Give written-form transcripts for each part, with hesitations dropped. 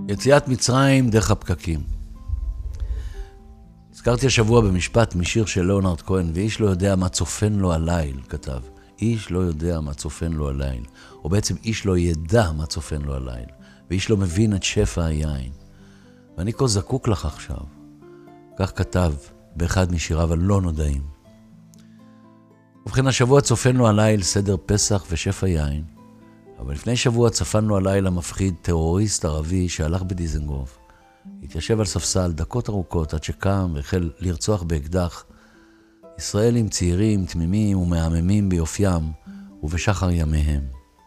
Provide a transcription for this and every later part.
יציאת מצרים דרך הפקקים. הזכרתי השבוע במשפט משיר של ליאונרד כהן, ואיש לא יודע מה צופן לו הליל, כתב. איש לא יודע מה צופן לו הליל. או בעצם איש לא ידע מה צופן לו הליל. ואיש לא מבין את שפע היין. ואני כה זקוק לך עכשיו. כך כתב באחד משיריו הלא נודעים. ובכן, השבוע צופן לו הליל סדר פסח ושפע יין. אבל לפני שבוע צפן לו הליל המפחיד טרוריסט ערבי שהלך בדיזנגוף. התיישב על ספסל דקות ארוכות עד שקם והחל לרצוח באקדח ישראלים צעירים, תמימים ומהממים ביופיים ובשחר ימיהם.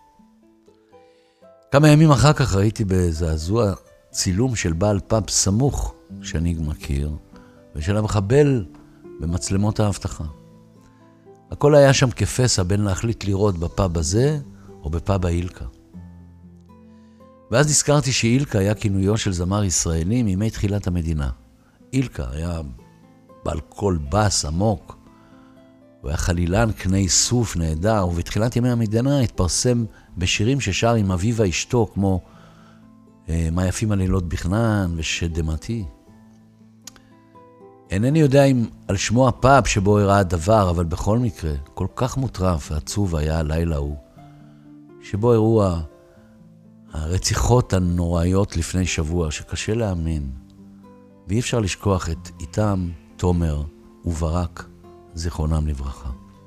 כמה ימים אחר כך ראיתי בזעזוע צילום של בעל פאב סמוך שאני מכיר ושל המחבל במצלמות האבטחה. הכל היה שם כפסע בין להחליט לראות בפאב הזה או בפאב האילקה. ואז נזכרתי שאילקה היה כינויו של זמר ישראלי מימי תחילת המדינה. אילקה היה בעל קול בס עמוק, הוא היה חלילן קני סוף נהדר, ובתחילת ימי המדינה התפרסם בשירים ששר עם אביבה אשתו, כמו מה יפים הלילות בכנען ושדמתי. אינני יודע אם על שמו הפאב שבו הראה הדבר, אבל בכל מקרה, כל כך מוטרף ועצוב היה הלילה הוא, שבו הראו הרציחות הנוראיות לפני שבוע, שקשה להאמין, ואי אפשר לשכוח את איתם, תומר וברק, זיכרונם לברכה.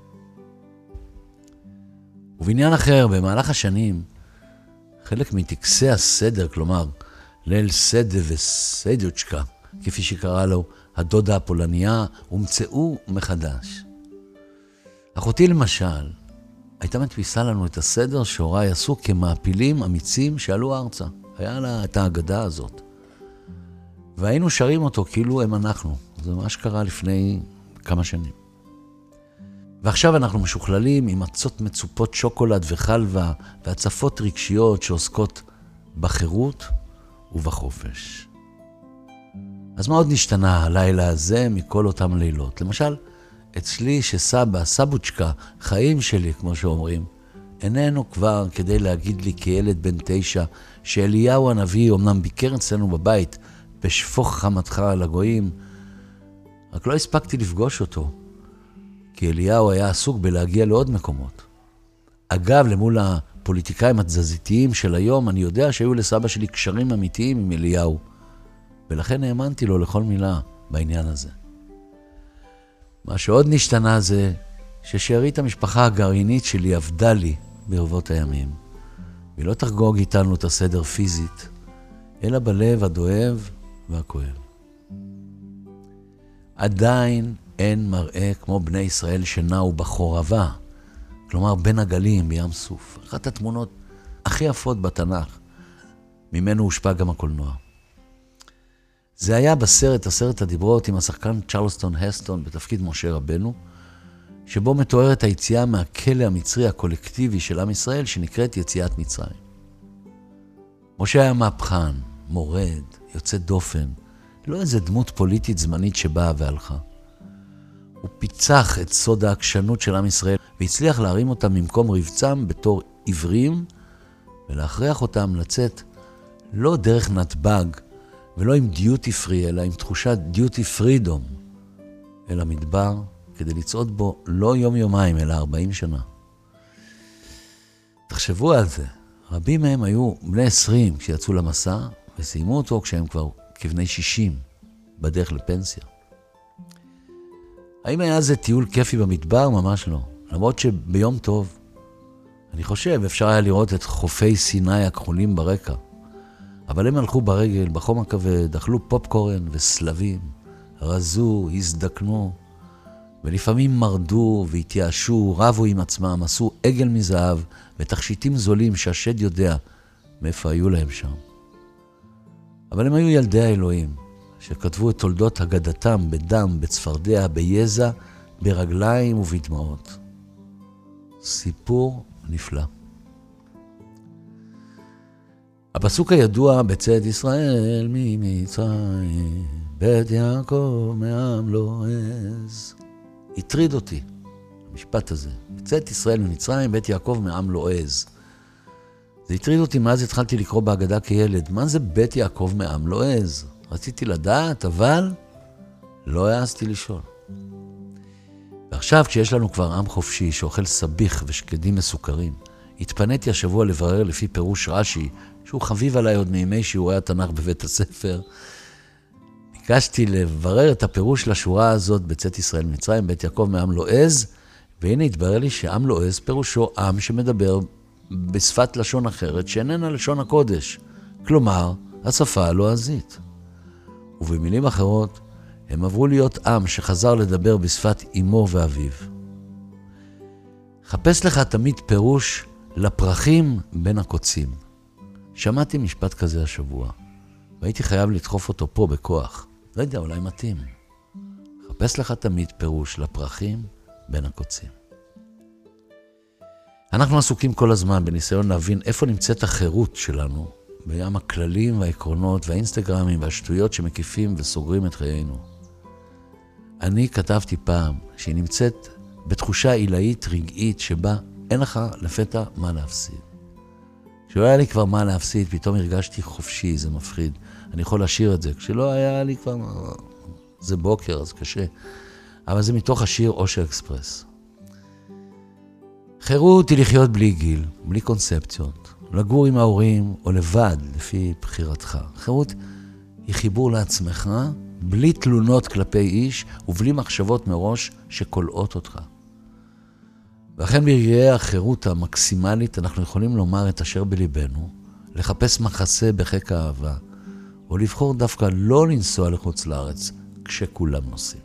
ובעניין אחר, במהלך השנים, חלק מטקסי הסדר, כלומר, ליל סדה וסדוצ'קה, כפי שקרא לו הדודה הפולניה, הומצאו מחדש. אחותי למשל, הייתה מדפיסה לנו את הסדר שהוריי עשו כמעפילים אמיצים שעלו ארצה. היה לה את האגדה הזאת. והיינו שרים אותו כאילו הם אנחנו. זה מה שקרה לפני כמה שנים. ועכשיו אנחנו משוכללים עם מצות מצופות שוקולד וחלבה והצפות רגשיות שעוסקות בחירות ובחופש. אז מה עוד נשתנה הלילה הזה מכל אותם לילות? למשל, אצלי שסבא, סבוצ'קה, חיים שלי, כמו שאומרים, איננו כבר כדי להגיד לי כילד בן 9, שאליהו הנביא אומנם ביקר אצלנו בבית, בשפוך חמתך על הגויים, רק לא הספקתי לפגוש אותו, כי אליהו היה עסוק בלהגיע לעוד מקומות. אגב, למול הפוליטיקאים התזזיתיים של היום, אני יודע שהיו לסבא שלי קשרים אמיתיים עם אליהו, ולכן האמנתי לו לכל מילה בעניין הזה. מה שעוד נשתנה זה ששארית המשפחה הגרעינית שלי עבדה לי ברבות הימים. והיא לא תחגוג איתנו את הסדר פיזית, אלא בלב הדואב והכואב. עדיין אין מראה כמו בני ישראל שנעו בחורבה, כלומר בין הגלים בים סוף. אחת התמונות הכי יפות בתנ"ך, ממנו הושפע גם הקולנוע. זה היה בסרט, הסרט הדיברות עם השחקן צ'רלסטון הסטון בתפקיד משה רבנו, שבו מתוארת היציאה מהכלא המצרי הקולקטיבי של עם ישראל, שנקראת יציאת מצרים. משה היה מהפכן, מורד, יוצא דופן, לא איזה דמות פוליטית זמנית שבאה והלכה. הוא פיצח את סוד העקשנות של עם ישראל, והצליח להרים אותם ממקום רבצם בתור עיוורים, ולהכריח אותם לצאת לא דרך נתב"ג, ולא עם דיוטי פרי, אלא עם תחושת דיוטי פרידום, אל המדבר, כדי לצעוד בו לא יום-יומיים, אלא 40 שנה. תחשבו על זה, רבים מהם היו בני 20 כשיצאו למסע, וסיימו אותו כשהם כבר כבני 60, בדרך לפנסיה. האם היה זה טיול כיפי במדבר? ממש לא. למרות שביום טוב, אני חושב, אפשר היה לראות את חופי סיני הכחולים ברקע. אבל הם הלכו ברגל, בחום הכבד, אכלו פופקורן וסלבים, רזו, הזדקנו, ולפעמים מרדו והתייאשו, רבו עם עצמם, עשו עגל מזהב ותכשיטים זולים שהשד יודע מאיפה היו להם שם. אבל הם היו ילדי האלוהים, שכתבו את תולדות הגדתם בדם, בצפרדע, ביזע, ברגליים ובדמעות. סיפור נפלא. הפסוק הידוע בצאת ישראל ממצרים, בית יעקב מעם לועז, הטריד אותי, המשפט הזה. בצאת ישראל ממצרים, בית יעקב מעם לועז. זה הטריד אותי מאז התחלתי לקרוא בהגדה כילד. מה זה בית יעקב מעם לועז? רציתי לדעת, אבל לא העזתי לשאול. ועכשיו, כשיש לנו כבר עם חופשי שאוכל סביח ושקדים מסוכרים, התפניתי השבוע לברר לפי פירוש רש"י, שהוא חביב עליי עוד מימי שיעורי התנ"ך בבית הספר. ביקשתי לברר את הפירוש לשורה הזאת בצאת ישראל מצרים, בית יעקב מעם לועז, והנה התברר לי שעם לועז פירושו עם שמדבר בשפת לשון אחרת שאיננה לשון הקודש, כלומר, השפה הלועזית. ובמילים אחרות, הם עברו להיות עם שחזר לדבר בשפת אמו ואביו. חפש לך תמיד פירוש לפרחים בין הקוצים. שמעתי משפט כזה השבוע, והייתי חייב לדחוף אותו פה בכוח. לא יודע, אולי מתאים. חפש לך תמיד פירוש לפרחים בין הקוצים. אנחנו עסוקים כל הזמן בניסיון להבין איפה נמצאת החירות שלנו, בים הכללים והעקרונות והאינסטגרמים והשטויות שמקיפים וסוגרים את חיינו. אני כתבתי פעם שהיא נמצאת בתחושה עילאית רגעית שבה אין לך לפתע מה להפסיד. כשלא היה לי כבר מה להפסיד, פתאום הרגשתי חופשי, זה מפחיד. אני יכול לשיר את זה. כשלא היה לי כבר... זה בוקר, אז קשה. אבל זה מתוך השיר אושר אקספרס. חירות היא לחיות בלי גיל, בלי קונספציות. לגור עם ההורים או לבד, לפי בחירתך. חירות היא חיבור לעצמך, בלי תלונות כלפי איש ובלי מחשבות מראש שקולעות אותך. ואכן ברגעי החירות המקסימלית אנחנו יכולים לומר את אשר בליבנו, לחפש מחסה בחיק האהבה, או לבחור דווקא לא לנסוע לחוץ לארץ כשכולם נוסעים.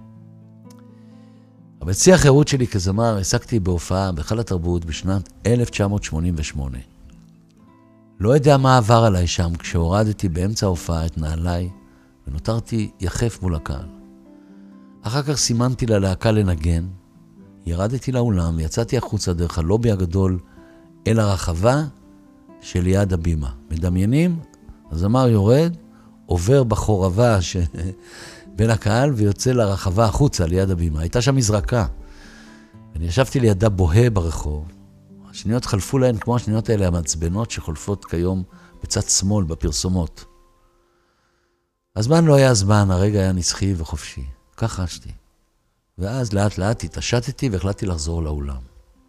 אבל בשיא החירות שלי כזמר העסקתי בהופעה בהיכל התרבות בשנת 1988. לא יודע מה עבר עליי שם כשהורדתי באמצע ההופעה את נעליי ונותרתי יחף מול הקהל. אחר כך סימנתי ללהקה לנגן, ירדתי לאולם ויצאתי החוצה דרך הלובי הגדול אל הרחבה של יד הבימה. מדמיינים? הזמר יורד, עובר בחורבה בין הקהל ויוצא לרחבה החוצה ליד הבימה. הייתה שם מזרקה. אני ישבתי לידה בוהה ברחוב. השניות חלפו להן כמו השניות האלה המעצבנות שחולפות כיום בצד שמאל בפרסומות. הזמן לא היה זמן, הרגע היה נצחי וחופשי. כך חשתי. ואז לאט לאט התעשתתי והחלטתי לחזור לאולם.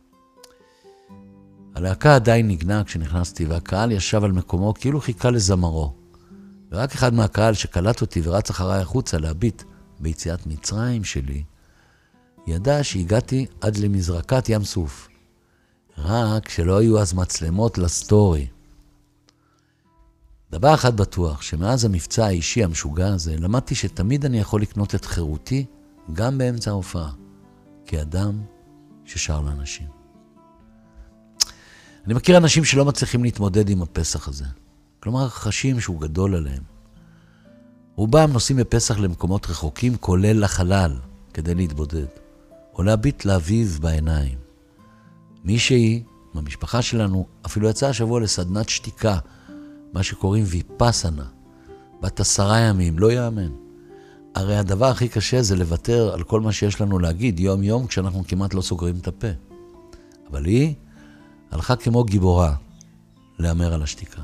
הלהקה עדיין נגנה כשנכנסתי והקהל ישב על מקומו כאילו חיכה לזמרו. ורק אחד מהקהל שקלט אותי ורץ אחריי החוצה להביט ביציאת מצרים שלי, ידע שהגעתי עד למזרקת ים סוף. רק שלא היו אז מצלמות לסטורי. דבר אחד בטוח, שמאז המבצע האישי המשוגע הזה, למדתי שתמיד אני יכול לקנות את חירותי גם באמצע ההופעה, כאדם ששר לאנשים. אני מכיר אנשים שלא מצליחים להתמודד עם הפסח הזה. כלומר, חשים שהוא גדול עליהם. רובם נוסעים בפסח למקומות רחוקים, כולל לחלל, כדי להתבודד, או להביט לאביב בעיניים. מישהי, מהמשפחה שלנו, אפילו יצאה השבוע לסדנת שתיקה, מה שקוראים ויפאסנה, בת 10 ימים, לא יאמן. הרי הדבר הכי קשה זה לוותר על כל מה שיש לנו להגיד יום יום, כשאנחנו כמעט לא סוגרים את הפה. אבל היא הלכה כמו גיבורה לאמר על השתיקה.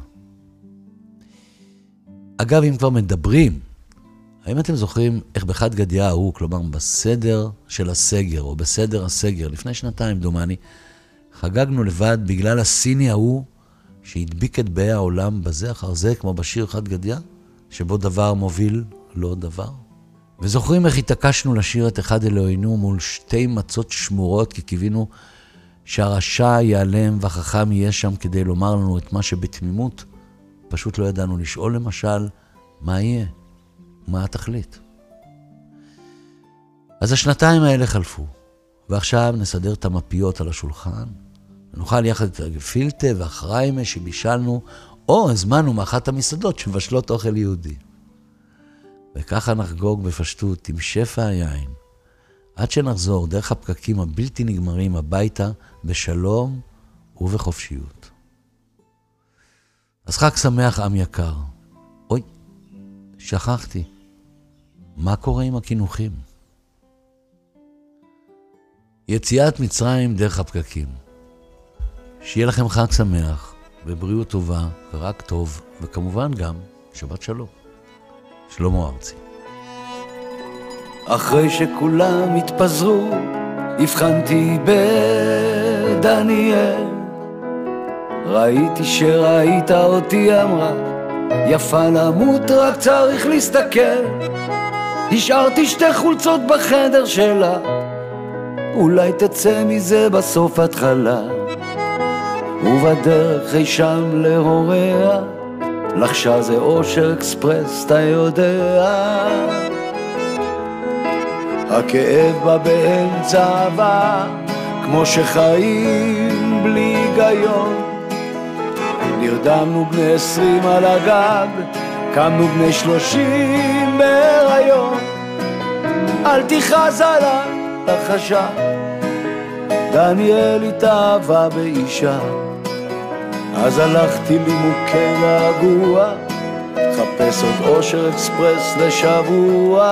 אגב, אם כבר מדברים, האם אתם זוכרים איך בחד גדיה ההוא, כלומר בסדר של הסגר, או בסדר הסגר, לפני 2 דומני, חגגנו לבד בגלל הסיני ההוא, שהדביק את באי העולם בזה אחר זה, כמו בשיר חד גדיה, שבו דבר מוביל לא דבר. וזוכרים איך התעקשנו לשיר את אחד אלוהינו מול 2 מצות שמורות, כי קיווינו שהרשע ייעלם והחכם יהיה שם כדי לומר לנו את מה שבתמימות, פשוט לא ידענו לשאול למשל, מה יהיה? מה התכלית? אז 2 האלה חלפו, ועכשיו נסדר את המפיות על השולחן, ונאכל יחד את הגפילטה והחריימה שבישלנו, או הזמנו מאחת המסעדות שמבשלות אוכל יהודי. וככה נחגוג בפשטות עם שפע היין, עד שנחזור דרך הפקקים הבלתי נגמרים הביתה בשלום ובחופשיות. אז חג שמח עם יקר. אוי, שכחתי. מה קורה עם הכינוחים? יציאת מצרים דרך הפקקים. שיהיה לכם חג שמח, ובריאות טובה, ורק טוב, וכמובן גם שבת שלום. שלמה ארצי. אחרי שכולם התפזרו, הבחנתי בדניאל. ראיתי שראית אותי, אמרה, יפה למות, רק צריך להסתכל. השארתי שתי חולצות בחדר שלה, אולי תצא מזה בסוף התחלה. ובדרך אי שם להוריה, לחשה זה אושר אקספרס, אתה יודע. הכאב בא באמצע אהבה, כמו שחיים בלי היגיון. נרדמנו בני 20 על הגג, קמנו בני 30 בהיריון. אל תכעס עליי, לחשה, דניאל התאהבה באישה. אז הלכתי לי מוכה געגוע, חפש עוד אושר אקספרס לשבוע.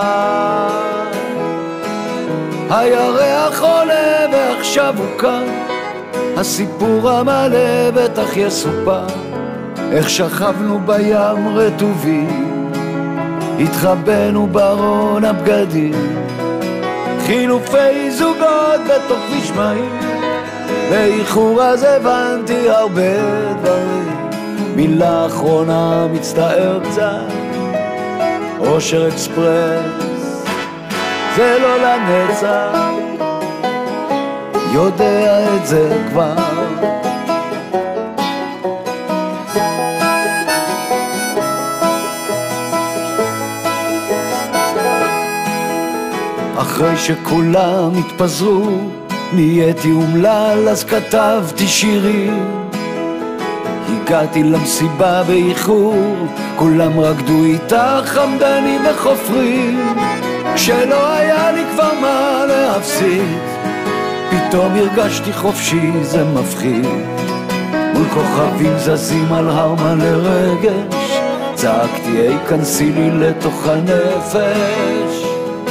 הירח עולה ועכשיו הוא כאן, הסיפור המלא בטח יסופר. איך שכבנו בים רטובים, התחבאנו בארון הבגדים, חילופי זוגות בתוך כביש מהיר. באיחור אז הבנתי הרבה דברים, מילה אחרונה מצטער קצת. אושר אקספרס זה לא לנצח, יודע את זה כבר. אחרי שכולם התפזרו, נהייתי אומלל, אז כתבתי שירים. הגעתי למסיבה באיחור, כולם רקדו איתה חמדנים וחופרים. כשלא היה לי כבר מה להפסיד, פתאום הרגשתי חופשי, זה מפחיד. מול כוכבים זזים על הר מלא רגש, צעקתי היי כנסי לי לתוך הנפש.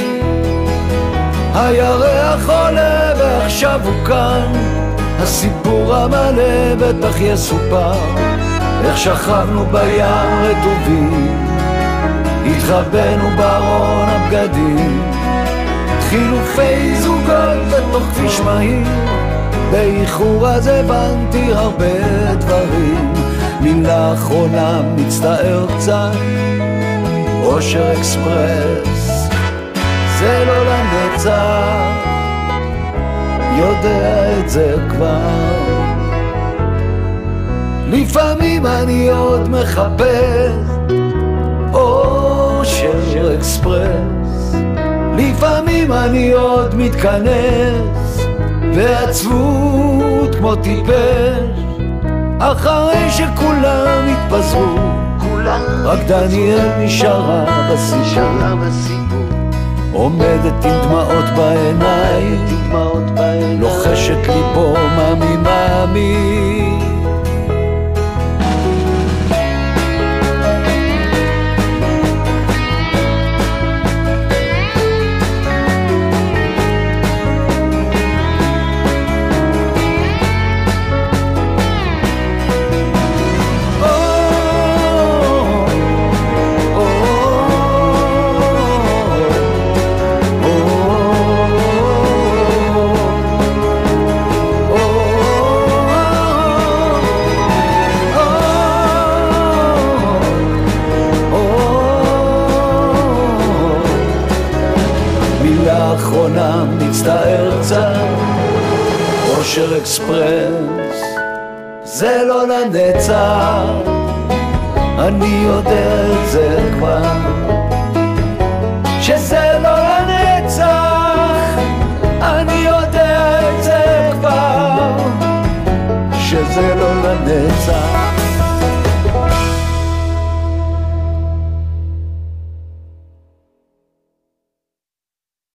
הירח עולה ועכשיו הוא כאן, הסיפור המלא בטח יסופר. איך שכבנו בים רטובים, התחבאנו בארון הבגדים, חילופי זוגות בתוך כביש מהיר. באיחור אז הבנתי הרבה דברים, מילה אחרונה מצטער קצת. אושר אקספרס זה לא לנצח, יודע את זה כבר. לפעמים אני עוד מחפש אושר אקספרס, לפעמים אני עוד מתכנס בעצבות כמו טיפש. אחרי שכולם התפזרו, רק דניאל נשארה בסיפור. עומדת עם דמעות בעיניים, לוחשת לי פה מאמי מאמי. אחרונה מצטער קצת. אושר אקספרס זה לא לנצח, אני יודע את זה כבר, שזה לא לנצח, אני יודע את זה כבר, שזה לא לנצח.